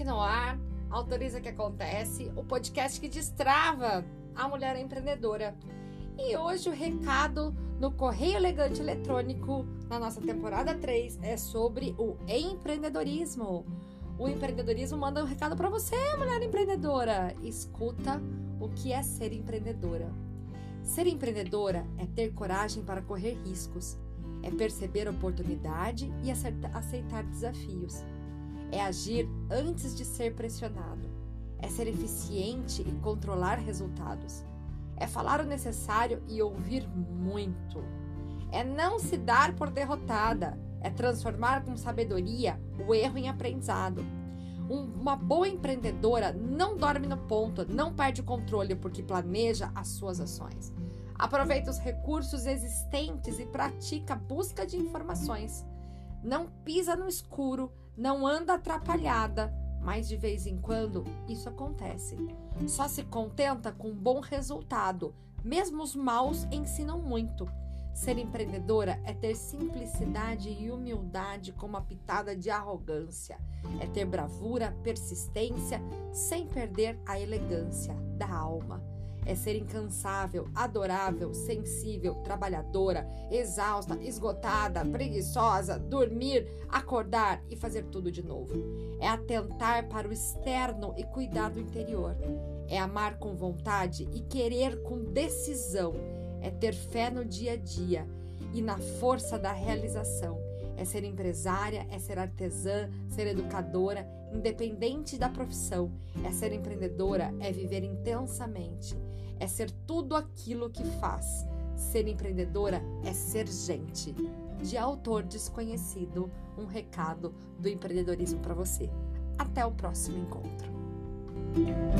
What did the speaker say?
Aqui no ar, Autoriza que Acontece, o podcast que destrava a mulher empreendedora. E hoje o recado no Correio Elegante Eletrônico, na nossa temporada 3, é sobre o empreendedorismo. O empreendedorismo manda um recado para você, mulher empreendedora. Escuta o que é ser empreendedora. Ser empreendedora é ter coragem para correr riscos, é perceber oportunidade e aceitar desafios. É agir antes de ser pressionado. É ser eficiente e controlar resultados. É falar o necessário e ouvir muito. É não se dar por derrotada. É transformar com sabedoria o erro em aprendizado. Uma boa empreendedora não dorme no ponto, não perde o controle porque planeja as suas ações. Aproveita os recursos existentes e pratica a busca de informações. Não pisa no escuro, não anda atrapalhada, mas de vez em quando isso acontece. Só se contenta com um bom resultado, mesmo os maus ensinam muito. Ser empreendedora é ter simplicidade e humildade com uma pitada de arrogância. É ter bravura, persistência, sem perder a elegância da alma. É ser incansável, adorável, sensível, trabalhadora, exausta, esgotada, preguiçosa, dormir, acordar e fazer tudo de novo. É atentar para o externo e cuidar do interior. É amar com vontade e querer com decisão. É ter fé no dia a dia e na força da realização. É ser empresária, é ser artesã, ser educadora, independente da profissão. É ser empreendedora, é viver intensamente. É ser tudo aquilo que faz. Ser empreendedora é ser gente. De autor desconhecido, um recado do empreendedorismo para você. Até o próximo encontro.